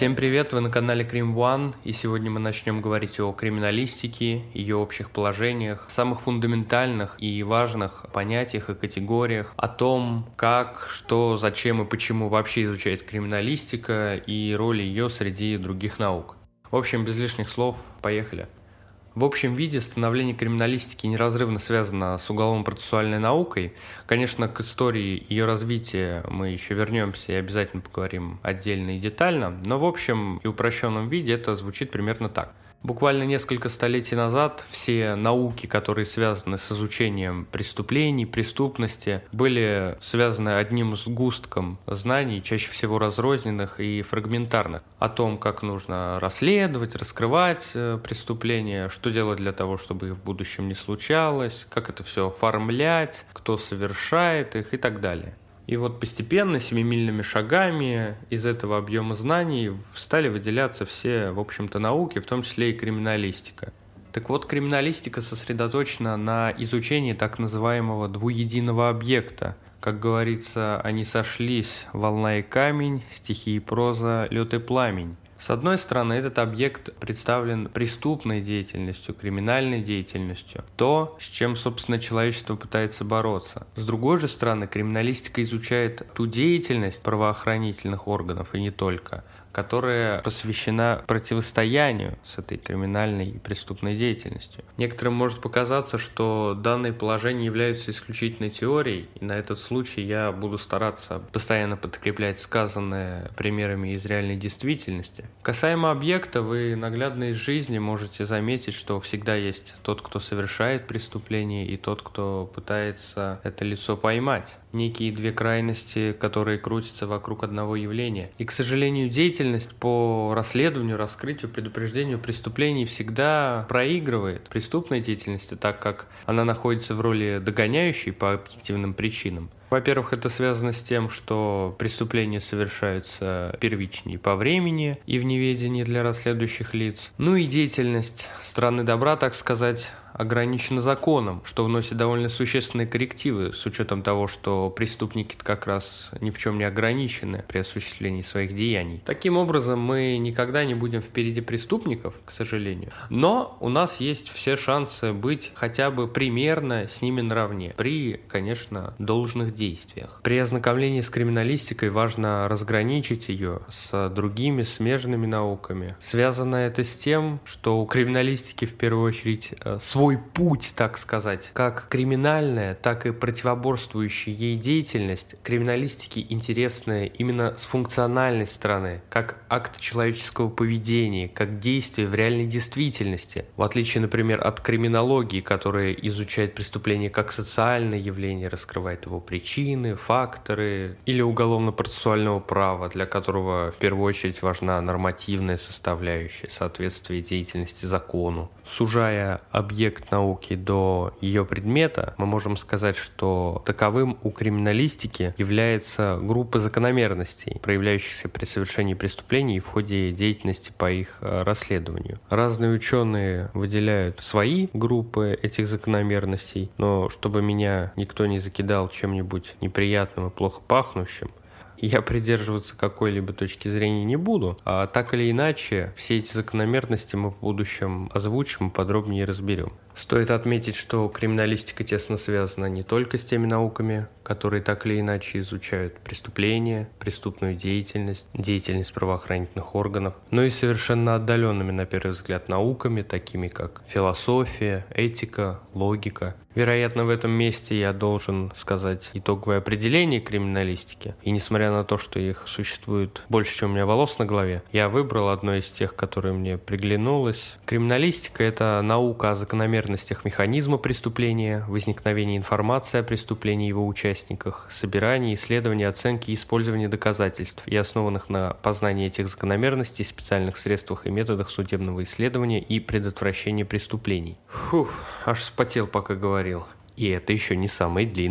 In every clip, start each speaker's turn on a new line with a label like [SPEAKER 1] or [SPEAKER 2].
[SPEAKER 1] Всем привет, вы на канале Крим One, и сегодня мы начнем говорить о криминалистике, ее общих положениях, самых фундаментальных и важных понятиях и категориях, о том, как, что, зачем и почему вообще изучает криминалистика и роли ее среди других наук. В общем, без лишних слов, поехали. В общем виде становление криминалистики неразрывно связано с уголовно-процессуальной наукой. Конечно, к истории ее развития мы еще вернемся и обязательно поговорим отдельно и детально, но в общем и упрощенном виде это звучит примерно так. Буквально несколько столетий назад все науки, которые связаны с изучением преступлений, преступности, были связаны одним сгустком знаний, чаще всего разрозненных и фрагментарных, о том, как нужно расследовать, раскрывать преступления, что делать для того, чтобы их в будущем не случалось, как это все оформлять, кто совершает их и так далее. И вот постепенно, семимильными шагами из этого объема знаний стали выделяться все, в общем-то, науки, в том числе и криминалистика. Так вот, криминалистика сосредоточена на изучении так называемого двуединого объекта. Как говорится, они сошлись: волна и камень, стихи и проза, лед и пламень. С одной стороны, этот объект представлен преступной деятельностью, криминальной деятельностью, то, с чем, собственно, человечество пытается бороться. С другой же стороны, криминалистика изучает ту деятельность правоохранительных органов, и не только, которая посвящена противостоянию с этой криминальной и преступной деятельностью. Некоторым может показаться, что данные положения являются исключительной теорией, и на этот случай я буду стараться постоянно подкреплять сказанное примерами из реальной действительности. Касаемо объекта, вы наглядно из жизни можете заметить, что всегда есть тот, кто совершает преступление, и тот, кто пытается это лицо поймать. Некие две крайности, которые крутятся вокруг одного явления. И, к сожалению, деятельность по расследованию, раскрытию, предупреждению преступлений всегда проигрывает преступной деятельности, так как она находится в роли догоняющей по объективным причинам. Во-первых, это связано с тем, что преступления совершаются первичнее по времени и в неведении для расследующих лиц. Ну и деятельность стороны добра, так сказать, ограничена законом, что вносит довольно существенные коррективы с учетом того, что преступники как раз ни в чем не ограничены при осуществлении своих деяний. Таким образом, мы никогда не будем впереди преступников, к сожалению, но у нас есть все шансы быть хотя бы примерно с ними наравне, при, конечно, должных действиях. При ознакомлении с криминалистикой важно разграничить ее с другими смежными науками. Связано это с тем, что у криминалистики в первую очередь свой путь, так сказать, как криминальная, так и противоборствующая ей деятельность криминалистики интересна именно с функциональной стороны, как акт человеческого поведения, как действие в реальной действительности, в отличие, например, от криминологии, которая изучает преступление как социальное явление, раскрывает его причины, факторы, или уголовно-процессуального права, для которого в первую очередь важна нормативная составляющая, соответствие деятельности закону. Сужая объект науки до ее предмета, мы можем сказать, что таковым у криминалистики является группа закономерностей, проявляющихся при совершении преступлений и в ходе деятельности по их расследованию. Разные ученые выделяют свои группы этих закономерностей, но чтобы меня никто не закидал чем-нибудь неприятным и плохо пахнущим, я придерживаться какой-либо точки зрения не буду, а так или иначе все эти закономерности мы в будущем озвучим и подробнее разберем. Стоит отметить, что криминалистика тесно связана не только с теми науками, которые так или иначе изучают преступления, преступную деятельность, деятельность правоохранительных органов, но и совершенно отдаленными, на первый взгляд, науками, такими как философия, этика, логика. Вероятно, в этом месте я должен сказать итоговое определение криминалистики, и несмотря на то, что их существует больше, чем у меня волос на голове, я выбрал одно из тех, которое мне приглянулось. Криминалистика — это наука о закономерностях механизма преступления, возникновения информации о преступлении и его участниках, собирании, исследовании, оценке и использовании доказательств и основанных на познании этих закономерностей, специальных средствах и методах судебного исследования и предотвращения преступлений. Аж вспотел, пока говорил. И это еще не самые длинные.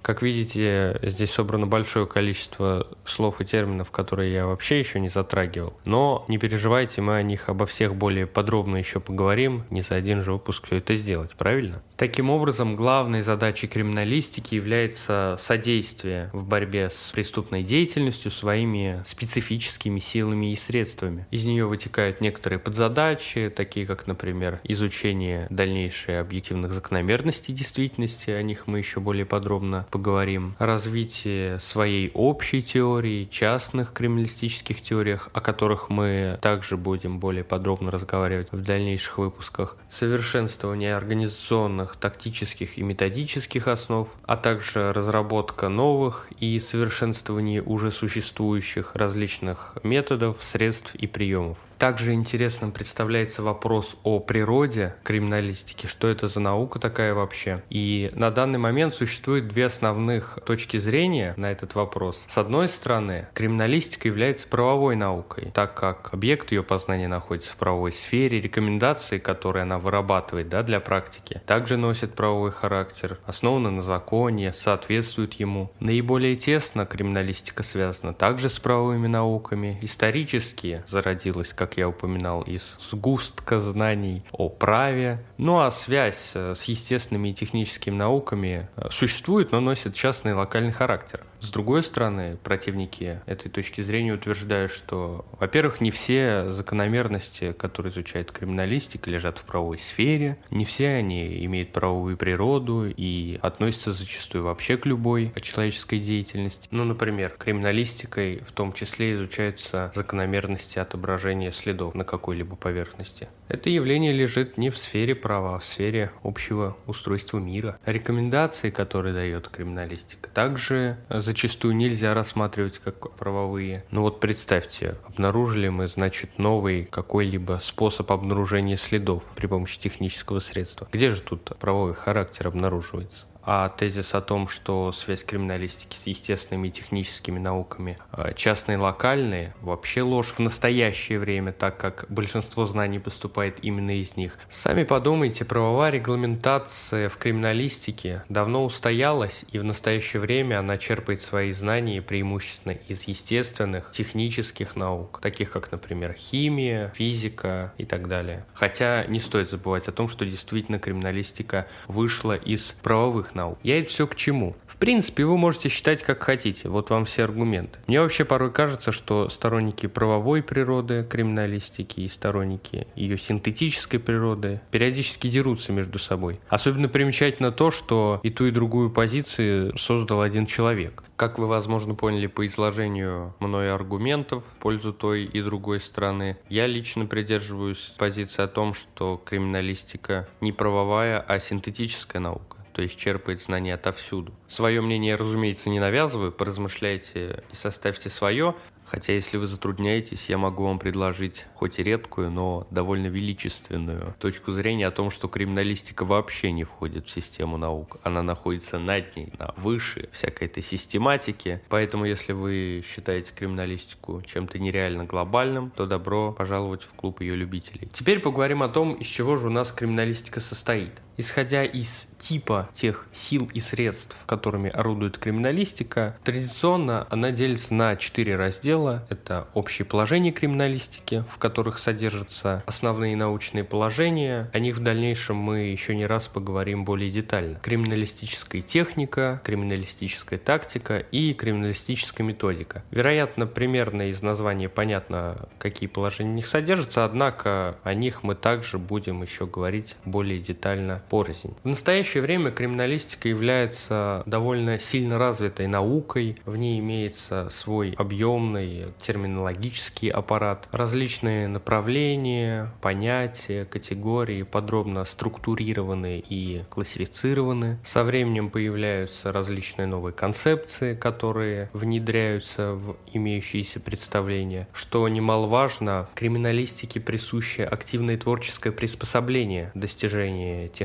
[SPEAKER 1] Как видите, здесь собрано большое количество слов и терминов, которые я вообще еще не затрагивал. Но не переживайте, мы о них обо всех более подробно еще поговорим. Не за один же выпуск все это сделать, правильно? Таким образом, главной задачей криминалистики является содействие в борьбе с преступной деятельностью своими специфическими силами и средствами. Из нее вытекают некоторые подзадачи, такие как, например, изучение дальнейшей объективных закономерностей действительности, о них мы еще более подробно поговорим, развитие своей общей теории, частных криминалистических теориях, о которых мы также будем более подробно разговаривать в дальнейших выпусках, совершенствование организационных, тактических и методических основ, а также разработка новых и совершенствование уже существующих различных методов, средств и приемов. Также интересным представляется вопрос о природе криминалистики, что это за наука такая вообще. И на данный момент существует две основных точки зрения на этот вопрос. С одной стороны, криминалистика является правовой наукой, так как объект ее познания находится в правовой сфере, рекомендации, которые она вырабатывает для практики, также носят правовой характер, основаны на законе, соответствуют ему. Наиболее тесно криминалистика связана также с правовыми науками, исторически зародилась, как я упоминал, из сгустка знаний о праве. Ну а связь с естественными и техническими науками существует, но носит частный локальный характер. С другой стороны, противники этой точки зрения утверждают, что, во-первых, не все закономерности, которые изучает криминалистика, лежат в правовой сфере, не все они имеют правовую природу и относятся зачастую вообще к любой человеческой деятельности. Ну, например, криминалистикой в том числе изучаются закономерности отображения следов на какой-либо поверхности. Это явление лежит не в сфере права, а в сфере общего устройства мира. Рекомендации, которые дает криминалистика, также зачастую нельзя рассматривать как правовые. Ну вот представьте, обнаружили мы, значит, новый какой-либо способ обнаружения следов при помощи технического средства. Где же тут правовой характер обнаруживается? А тезис о том, что связь криминалистики с естественными и техническими науками частные и локальные, вообще ложь в настоящее время, так как большинство знаний поступает именно из них. Сами подумайте, правовая регламентация в криминалистике давно устоялась, и в настоящее время она черпает свои знания преимущественно из естественных, технических наук, таких как, например, химия, физика и так далее. Хотя не стоит забывать о том, что действительно криминалистика вышла из правовых наук. Я это все к чему? В принципе, вы можете считать как хотите, вот вам все аргументы. Мне вообще порой кажется, что сторонники правовой природы криминалистики и сторонники ее синтетической природы периодически дерутся между собой. Особенно примечательно то, что и ту, и другую позицию создал один человек. Как вы, возможно, поняли по изложению мной аргументов в пользу той и другой стороны, я лично придерживаюсь позиции о том, что криминалистика не правовая, а синтетическая наука. То есть черпает знания отовсюду. Свое мнение, разумеется, не навязываю, поразмышляйте и составьте свое. Хотя, если вы затрудняетесь, я могу вам предложить хоть и редкую, но довольно величественную точку зрения о том, что криминалистика вообще не входит в систему наук. Она находится над ней, выше всякой этой систематики. Поэтому, если вы считаете криминалистику чем-то нереально глобальным, то добро пожаловать в клуб ее любителей. Теперь поговорим о том, из чего же у нас криминалистика состоит. Исходя из типа тех сил и средств, которыми орудует криминалистика, традиционно она делится на 4 раздела. Это общие положения криминалистики, в которых содержатся основные научные положения. О них в дальнейшем мы еще не раз поговорим более детально. Криминалистическая техника, криминалистическая тактика и криминалистическая методика. Вероятно, примерно из названия понятно, какие положения в них содержатся, однако о них мы также будем еще говорить более детально порознь. В настоящее время криминалистика является довольно сильно развитой наукой. В ней имеется свой объемный терминологический аппарат, различные направления, понятия, категории подробно структурированы и классифицированы. Со временем появляются различные новые концепции, которые внедряются в имеющиеся представления. Что немаловажно, криминалистике присуще активное творческое приспособление достижения тех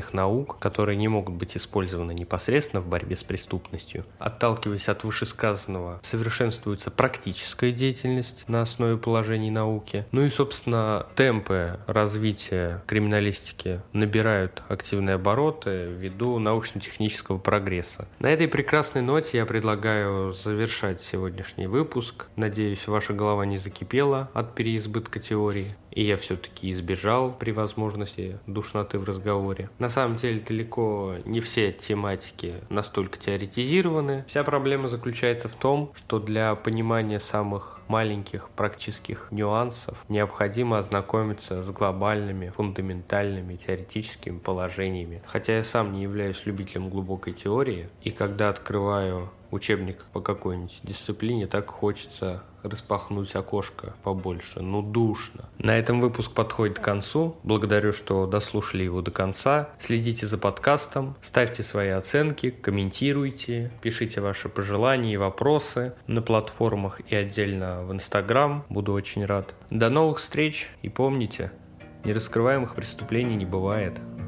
[SPEAKER 1] тех наук, которые не могут быть использованы непосредственно в борьбе с преступностью. Отталкиваясь от вышесказанного, совершенствуется практическая деятельность на основе положений науки. Ну и, собственно, темпы развития криминалистики набирают активные обороты ввиду научно-технического прогресса. На этой прекрасной ноте я предлагаю завершать сегодняшний выпуск. Надеюсь, ваша голова не закипела от переизбытка теории, и я все-таки избежал при возможности душноты в разговоре. На самом деле, далеко не все тематики настолько теоретизированы. Вся проблема заключается в том, что для понимания самых маленьких практических нюансов необходимо ознакомиться с глобальными, фундаментальными теоретическими положениями. Хотя я сам не являюсь любителем глубокой теории, и когда открываю учебник по какой-нибудь дисциплине, так хочется распахнуть окошко побольше. Душно. На этом выпуск подходит к концу. Благодарю, что дослушали его до конца. Следите за подкастом, ставьте свои оценки, комментируйте, пишите ваши пожелания и вопросы на платформах и отдельно в Instagram. Буду очень рад. До новых встреч и помните, нераскрываемых преступлений не бывает.